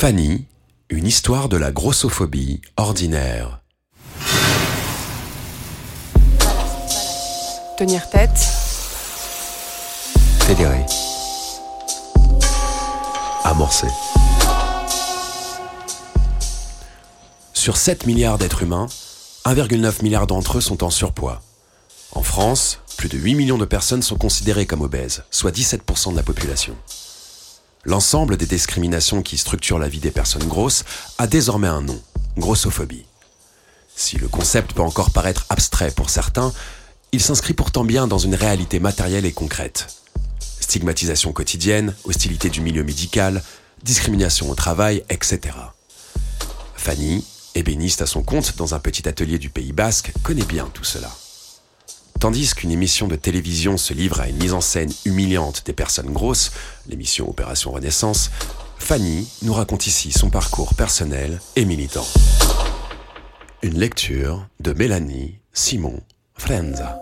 Fanny, une histoire de la grossophobie ordinaire. Tenir tête. Fédérer. Amorcer. Sur 7 milliards d'êtres humains, 1,9 milliard d'entre eux sont en surpoids. En France, plus de 8 millions de personnes sont considérées comme obèses, soit 17% de la population. L'ensemble des discriminations qui structurent la vie des personnes grosses a désormais un nom, grossophobie. Si le concept peut encore paraître abstrait pour certains, il s'inscrit pourtant bien dans une réalité matérielle et concrète. Stigmatisation quotidienne, hostilité du milieu médical, discrimination au travail, etc. Fanny, ébéniste à son compte dans un petit atelier du Pays Basque, connaît bien tout cela. Tandis qu'une émission de télévision se livre à une mise en scène humiliante des personnes grosses, l'émission Opération Renaissance, Fanny nous raconte ici son parcours personnel et militant. Une lecture de Mélanie Simon Frenza.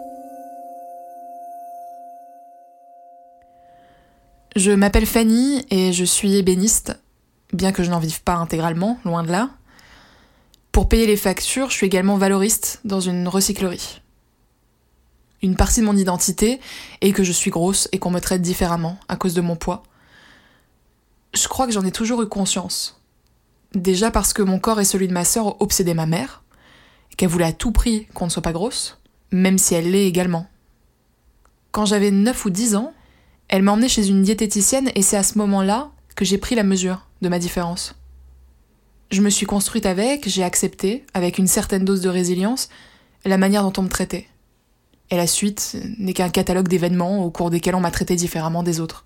Je m'appelle Fanny et je suis ébéniste, bien que je n'en vive pas intégralement, loin de là. Pour payer les factures, je suis également valoriste dans une recyclerie. Une partie de mon identité est que je suis grosse et qu'on me traite différemment à cause de mon poids. Je crois que j'en ai toujours eu conscience. Déjà parce que mon corps et celui de ma sœur obsédaient ma mère, et qu'elle voulait à tout prix qu'on ne soit pas grosse, même si elle l'est également. Quand j'avais 9 ou 10 ans, elle m'a emmenée chez une diététicienne et c'est à ce moment-là que j'ai pris la mesure de ma différence. Je me suis construite avec, j'ai accepté, avec une certaine dose de résilience, la manière dont on me traitait. Et la suite n'est qu'un catalogue d'événements au cours desquels on m'a traité différemment des autres.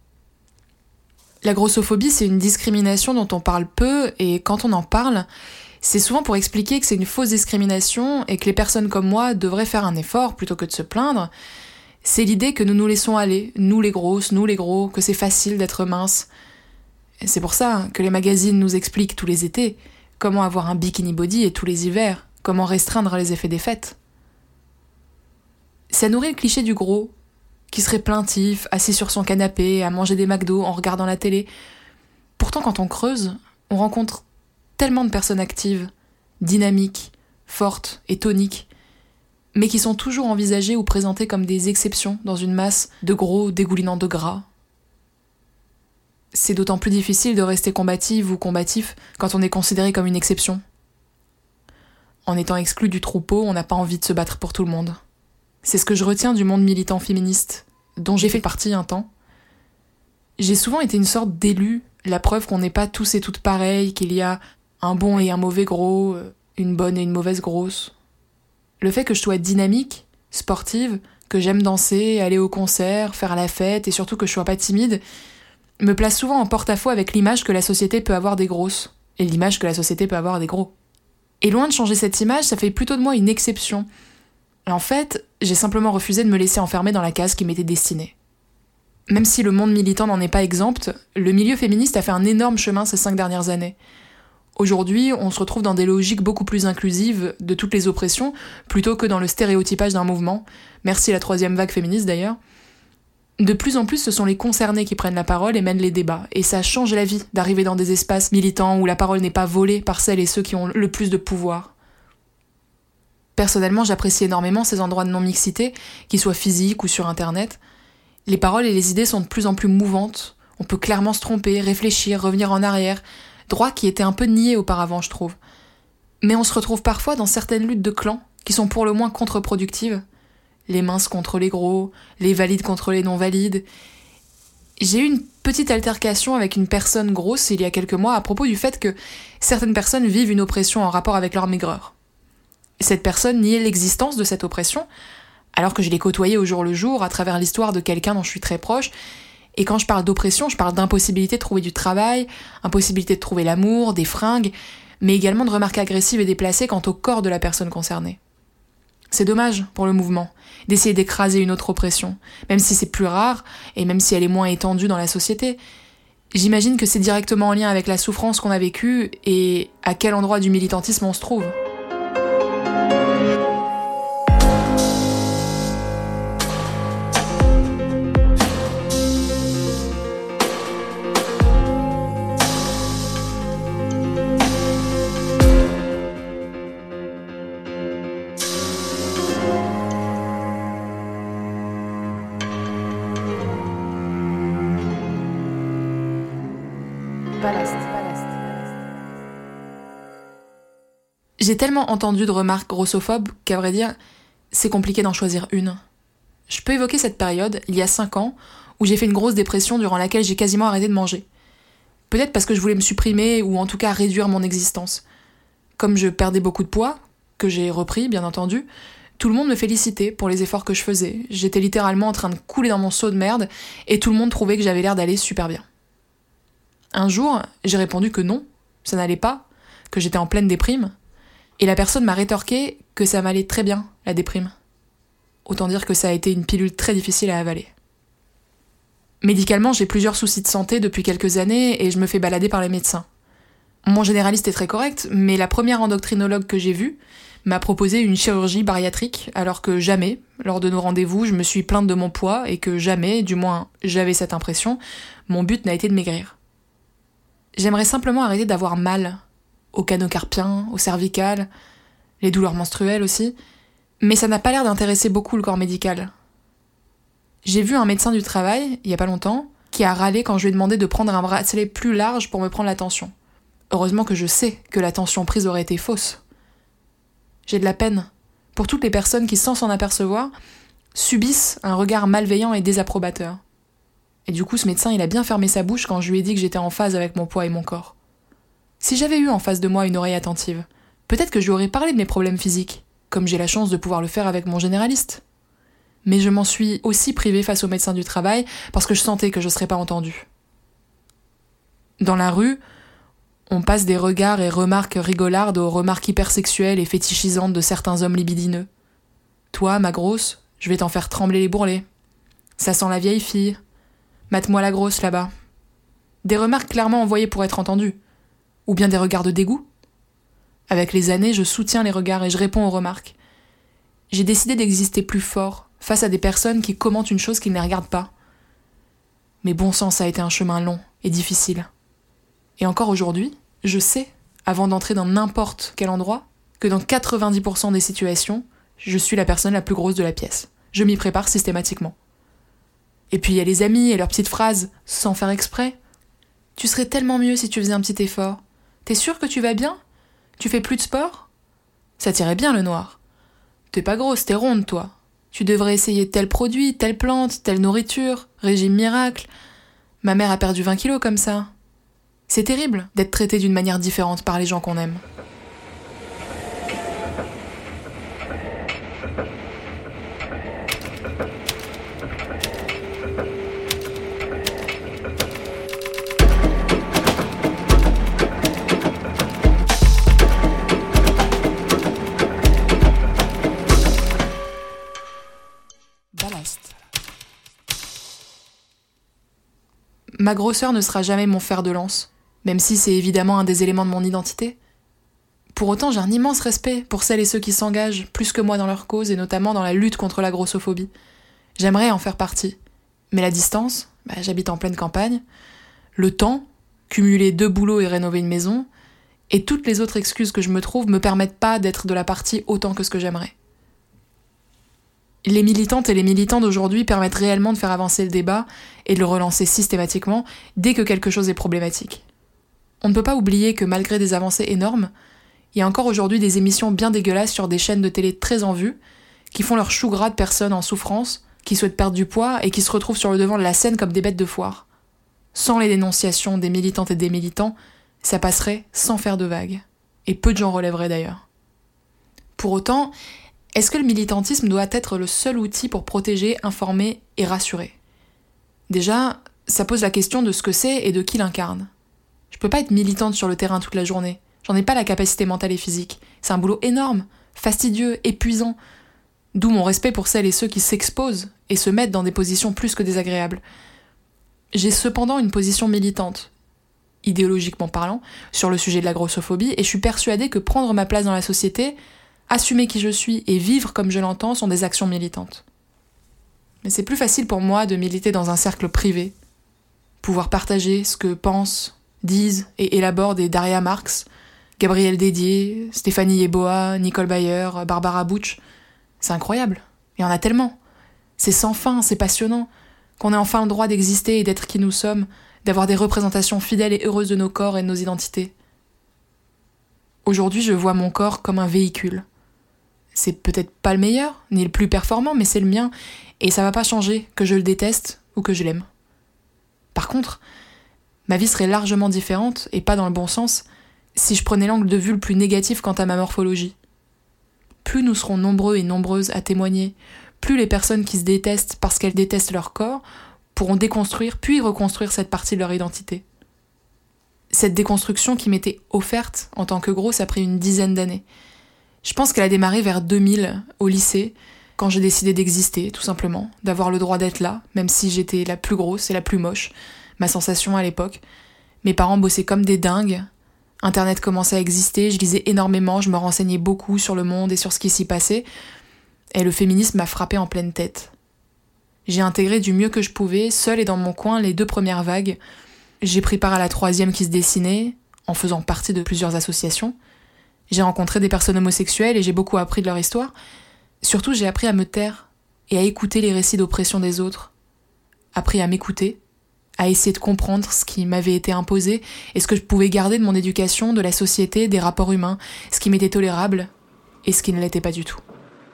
La grossophobie, c'est une discrimination dont on parle peu, et quand on en parle, c'est souvent pour expliquer que c'est une fausse discrimination et que les personnes comme moi devraient faire un effort plutôt que de se plaindre. C'est l'idée que nous nous laissons aller, nous les grosses, nous les gros, que c'est facile d'être mince. Et c'est pour ça que les magazines nous expliquent tous les étés comment avoir un bikini body et tous les hivers, comment restreindre les effets des fêtes. Ça nourrit le cliché du gros, qui serait plaintif, assis sur son canapé, à manger des McDo en regardant la télé. Pourtant, quand on creuse, on rencontre tellement de personnes actives, dynamiques, fortes et toniques, mais qui sont toujours envisagées ou présentées comme des exceptions dans une masse de gros dégoulinant de gras. C'est d'autant plus difficile de rester combative ou combatif quand on est considéré comme une exception. En étant exclu du troupeau, on n'a pas envie de se battre pour tout le monde. C'est ce que je retiens du monde militant féministe, dont j'ai fait partie un temps. J'ai souvent été une sorte d'élu, la preuve qu'on n'est pas tous et toutes pareils, qu'il y a un bon et un mauvais gros, une bonne et une mauvaise grosse. Le fait que je sois dynamique, sportive, que j'aime danser, aller au concert, faire la fête et surtout que je sois pas timide, me place souvent en porte-à-faux avec l'image que la société peut avoir des grosses, et l'image que la société peut avoir des gros. Et loin de changer cette image, ça fait plutôt de moi une exception. En fait, j'ai simplement refusé de me laisser enfermer dans la case qui m'était destinée. Même si le monde militant n'en est pas exempt, le milieu féministe a fait un énorme chemin ces 5 dernières années. Aujourd'hui, on se retrouve dans des logiques beaucoup plus inclusives de toutes les oppressions, plutôt que dans le stéréotypage d'un mouvement. Merci la 3e vague féministe d'ailleurs. De plus en plus, ce sont les concernés qui prennent la parole et mènent les débats. Et ça change la vie d'arriver dans des espaces militants où la parole n'est pas volée par celles et ceux qui ont le plus de pouvoir. Personnellement, j'apprécie énormément ces endroits de non-mixité, qu'ils soient physiques ou sur Internet. Les paroles et les idées sont de plus en plus mouvantes. On peut clairement se tromper, réfléchir, revenir en arrière. Droit qui était un peu nié auparavant, je trouve. Mais on se retrouve parfois dans certaines luttes de clans, qui sont pour le moins contre-productives. Les minces contre les gros, les valides contre les non-valides. J'ai eu une petite altercation avec une personne grosse il y a quelques mois à propos du fait que certaines personnes vivent une oppression en rapport avec leur maigreur. Cette personne niait l'existence de cette oppression, alors que je l'ai côtoyée au jour le jour à travers l'histoire de quelqu'un dont je suis très proche. Et quand je parle d'oppression, je parle d'impossibilité de trouver du travail, impossibilité de trouver l'amour, des fringues, mais également de remarques agressives et déplacées quant au corps de la personne concernée. C'est dommage pour le mouvement d'essayer d'écraser une autre oppression, même si c'est plus rare et même si elle est moins étendue dans la société. J'imagine que c'est directement en lien avec la souffrance qu'on a vécue et à quel endroit du militantisme on se trouve. J'ai tellement entendu de remarques grossophobes qu'à vrai dire, c'est compliqué d'en choisir une. Je peux évoquer cette période, il y a 5 ans, où j'ai fait une grosse dépression durant laquelle j'ai quasiment arrêté de manger. Peut-être parce que je voulais me supprimer ou en tout cas réduire mon existence. Comme je perdais beaucoup de poids, que j'ai repris bien entendu, tout le monde me félicitait pour les efforts que je faisais. J'étais littéralement en train de couler dans mon seau de merde et tout le monde trouvait que j'avais l'air d'aller super bien. Un jour, j'ai répondu que non, ça n'allait pas, que j'étais en pleine déprime, et la personne m'a rétorqué que ça m'allait très bien, la déprime. Autant dire que ça a été une pilule très difficile à avaler. Médicalement, j'ai plusieurs soucis de santé depuis quelques années et je me fais balader par les médecins. Mon généraliste est très correct, mais la première endocrinologue que j'ai vue m'a proposé une chirurgie bariatrique, alors que jamais, lors de nos rendez-vous, je me suis plainte de mon poids et que jamais, du moins j'avais cette impression, mon but n'a été de maigrir. J'aimerais simplement arrêter d'avoir mal, au canaux carpien, au cervical, les douleurs menstruelles aussi, mais ça n'a pas l'air d'intéresser beaucoup le corps médical. J'ai vu un médecin du travail, il y a pas longtemps, qui a râlé quand je lui ai demandé de prendre un bracelet plus large pour me prendre la tension. Heureusement que je sais que la tension prise aurait été fausse. J'ai de la peine pour toutes les personnes qui, sans s'en apercevoir, subissent un regard malveillant et désapprobateur. Et du coup, ce médecin, il a bien fermé sa bouche quand je lui ai dit que j'étais en phase avec mon poids et mon corps. Si j'avais eu en face de moi une oreille attentive, peut-être que je lui aurais parlé de mes problèmes physiques, comme j'ai la chance de pouvoir le faire avec mon généraliste. Mais je m'en suis aussi privée face au médecin du travail parce que je sentais que je ne serais pas entendue. Dans la rue, on passe des regards et remarques rigolardes aux remarques hypersexuelles et fétichisantes de certains hommes libidineux. Toi, ma grosse, je vais t'en faire trembler les bourrelets. Ça sent la vieille fille. Mate-moi la grosse là-bas. Des remarques clairement envoyées pour être entendues. Ou bien des regards de dégoût. Avec les années, je soutiens les regards et je réponds aux remarques. J'ai décidé d'exister plus fort face à des personnes qui commentent une chose qu'ils ne regardent pas. Mais bon sang, ça a été un chemin long et difficile. Et encore aujourd'hui, je sais, avant d'entrer dans n'importe quel endroit, que dans 90% des situations, je suis la personne la plus grosse de la pièce. Je m'y prépare systématiquement. Et puis il y a les amis et leurs petites phrases, sans faire exprès. Tu serais tellement mieux si tu faisais un petit effort. T'es sûr que tu vas bien ? Tu fais plus de sport ? Ça t'irait bien le noir. T'es pas grosse, t'es ronde toi. Tu devrais essayer tel produit, telle plante, telle nourriture, régime miracle. Ma mère a perdu 20 kilos comme ça. C'est terrible d'être traité d'une manière différente par les gens qu'on aime. Ma grosseur ne sera jamais mon fer de lance, même si c'est évidemment un des éléments de mon identité. Pour autant, j'ai un immense respect pour celles et ceux qui s'engagent plus que moi dans leur cause et notamment dans la lutte contre la grossophobie. J'aimerais en faire partie. Mais la distance, j'habite en pleine campagne, le temps, cumuler 2 boulots et rénover une maison, et toutes les autres excuses que je me trouve me permettent pas d'être de la partie autant que ce que j'aimerais. Les militantes et les militants d'aujourd'hui permettent réellement de faire avancer le débat et de le relancer systématiquement dès que quelque chose est problématique. On ne peut pas oublier que malgré des avancées énormes, il y a encore aujourd'hui des émissions bien dégueulasses sur des chaînes de télé très en vue, qui font leur chou gras de personnes en souffrance, qui souhaitent perdre du poids et qui se retrouvent sur le devant de la scène comme des bêtes de foire. Sans les dénonciations des militantes et des militants, ça passerait sans faire de vagues. Et peu de gens relèveraient d'ailleurs. Pour autant, est-ce que le militantisme doit être le seul outil pour protéger, informer et rassurer ? Déjà, ça pose la question de ce que c'est et de qui l'incarne. Je peux pas être militante sur le terrain toute la journée. J'en ai pas la capacité mentale et physique. C'est un boulot énorme, fastidieux, épuisant. D'où mon respect pour celles et ceux qui s'exposent et se mettent dans des positions plus que désagréables. J'ai cependant une position militante, idéologiquement parlant, sur le sujet de la grossophobie, et je suis persuadée que prendre ma place dans la société, assumer qui je suis et vivre comme je l'entends sont des actions militantes. Mais c'est plus facile pour moi de militer dans un cercle privé, pouvoir partager ce que pensent, disent et élaborent des Daria Marx, Gabrielle Dédier, Stéphanie Yeboah, Nicole Bayer, Barbara Butch. C'est incroyable, il y en a tellement. C'est sans fin, c'est passionnant, qu'on ait enfin le droit d'exister et d'être qui nous sommes, d'avoir des représentations fidèles et heureuses de nos corps et de nos identités. Aujourd'hui, je vois mon corps comme un véhicule. C'est peut-être pas le meilleur, ni le plus performant, mais c'est le mien, et ça va pas changer que je le déteste ou que je l'aime. Par contre, ma vie serait largement différente, et pas dans le bon sens, si je prenais l'angle de vue le plus négatif quant à ma morphologie. Plus nous serons nombreux et nombreuses à témoigner, plus les personnes qui se détestent parce qu'elles détestent leur corps pourront déconstruire puis reconstruire cette partie de leur identité. Cette déconstruction qui m'était offerte en tant que grosse a pris une 10aine d'années. Je pense qu'elle a démarré vers 2000, au lycée, quand j'ai décidé d'exister, tout simplement, d'avoir le droit d'être là, même si j'étais la plus grosse et la plus moche, ma sensation à l'époque. Mes parents bossaient comme des dingues, Internet commençait à exister, je lisais énormément, je me renseignais beaucoup sur le monde et sur ce qui s'y passait, et le féminisme m'a frappé en pleine tête. J'ai intégré du mieux que je pouvais, seule et dans mon coin, les 2 premières vagues. J'ai pris part à la 3e qui se dessinait, en faisant partie de plusieurs associations. J'ai rencontré des personnes homosexuelles et j'ai beaucoup appris de leur histoire. Surtout, j'ai appris à me taire et à écouter les récits d'oppression des autres. Appris à m'écouter, à essayer de comprendre ce qui m'avait été imposé et ce que je pouvais garder de mon éducation, de la société, des rapports humains, ce qui m'était tolérable et ce qui ne l'était pas du tout.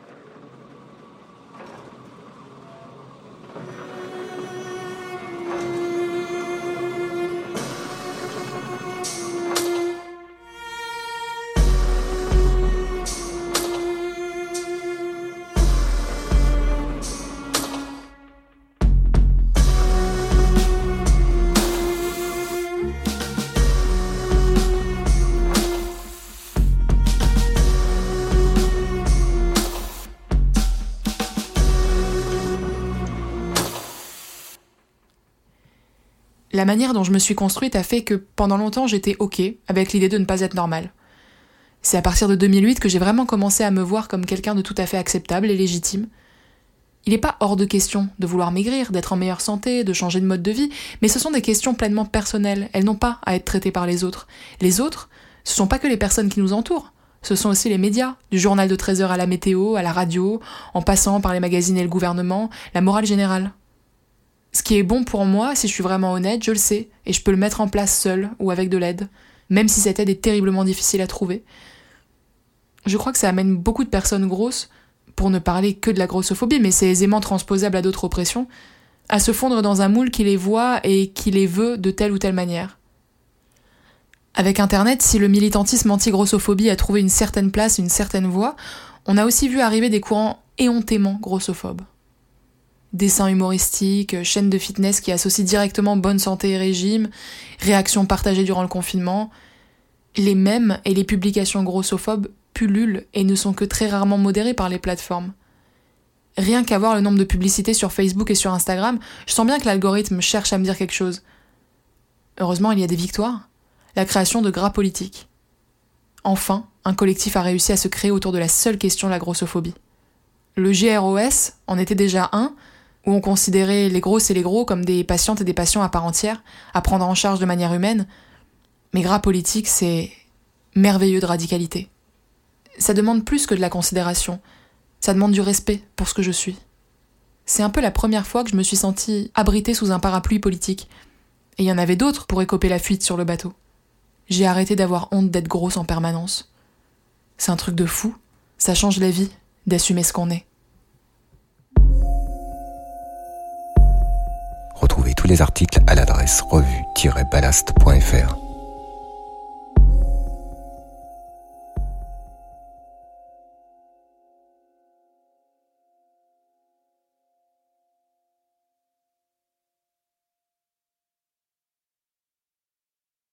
La manière dont je me suis construite a fait que pendant longtemps j'étais ok avec l'idée de ne pas être normale. C'est à partir de 2008 que j'ai vraiment commencé à me voir comme quelqu'un de tout à fait acceptable et légitime. Il n'est pas hors de question de vouloir maigrir, d'être en meilleure santé, de changer de mode de vie, mais ce sont des questions pleinement personnelles, elles n'ont pas à être traitées par les autres. Les autres, ce sont pas que les personnes qui nous entourent, ce sont aussi les médias, du journal de 13h à la météo, à la radio, en passant par les magazines et le gouvernement, la morale générale. Ce qui est bon pour moi, si je suis vraiment honnête, je le sais, et je peux le mettre en place seule ou avec de l'aide, même si cette aide est terriblement difficile à trouver. Je crois que ça amène beaucoup de personnes grosses, pour ne parler que de la grossophobie, mais c'est aisément transposable à d'autres oppressions, à se fondre dans un moule qui les voit et qui les veut de telle ou telle manière. Avec Internet, si le militantisme anti-grossophobie a trouvé une certaine place, une certaine voie, on a aussi vu arriver des courants éhontément grossophobes. Dessins humoristiques, chaînes de fitness qui associent directement bonne santé et régime, réactions partagées durant le confinement. Les mèmes et les publications grossophobes pullulent et ne sont que très rarement modérées par les plateformes. Rien qu'à voir le nombre de publicités sur Facebook et sur Instagram, je sens bien que l'algorithme cherche à me dire quelque chose. Heureusement, il y a des victoires. La création de Gras Politique. Enfin, un collectif a réussi à se créer autour de la seule question de la grossophobie. Le GROS en était déjà un, où on considérait les grosses et les gros comme des patientes et des patients à part entière, à prendre en charge de manière humaine. Mais Gras Politique, c'est merveilleux de radicalité. Ça demande plus que de la considération. Ça demande du respect pour ce que je suis. C'est un peu la première fois que je me suis sentie abritée sous un parapluie politique. Et il y en avait d'autres pour écoper la fuite sur le bateau. J'ai arrêté d'avoir honte d'être grosse en permanence. C'est un truc de fou. Ça change la vie d'assumer ce qu'on est. Retrouvez tous les articles à l'adresse revue-ballast.fr.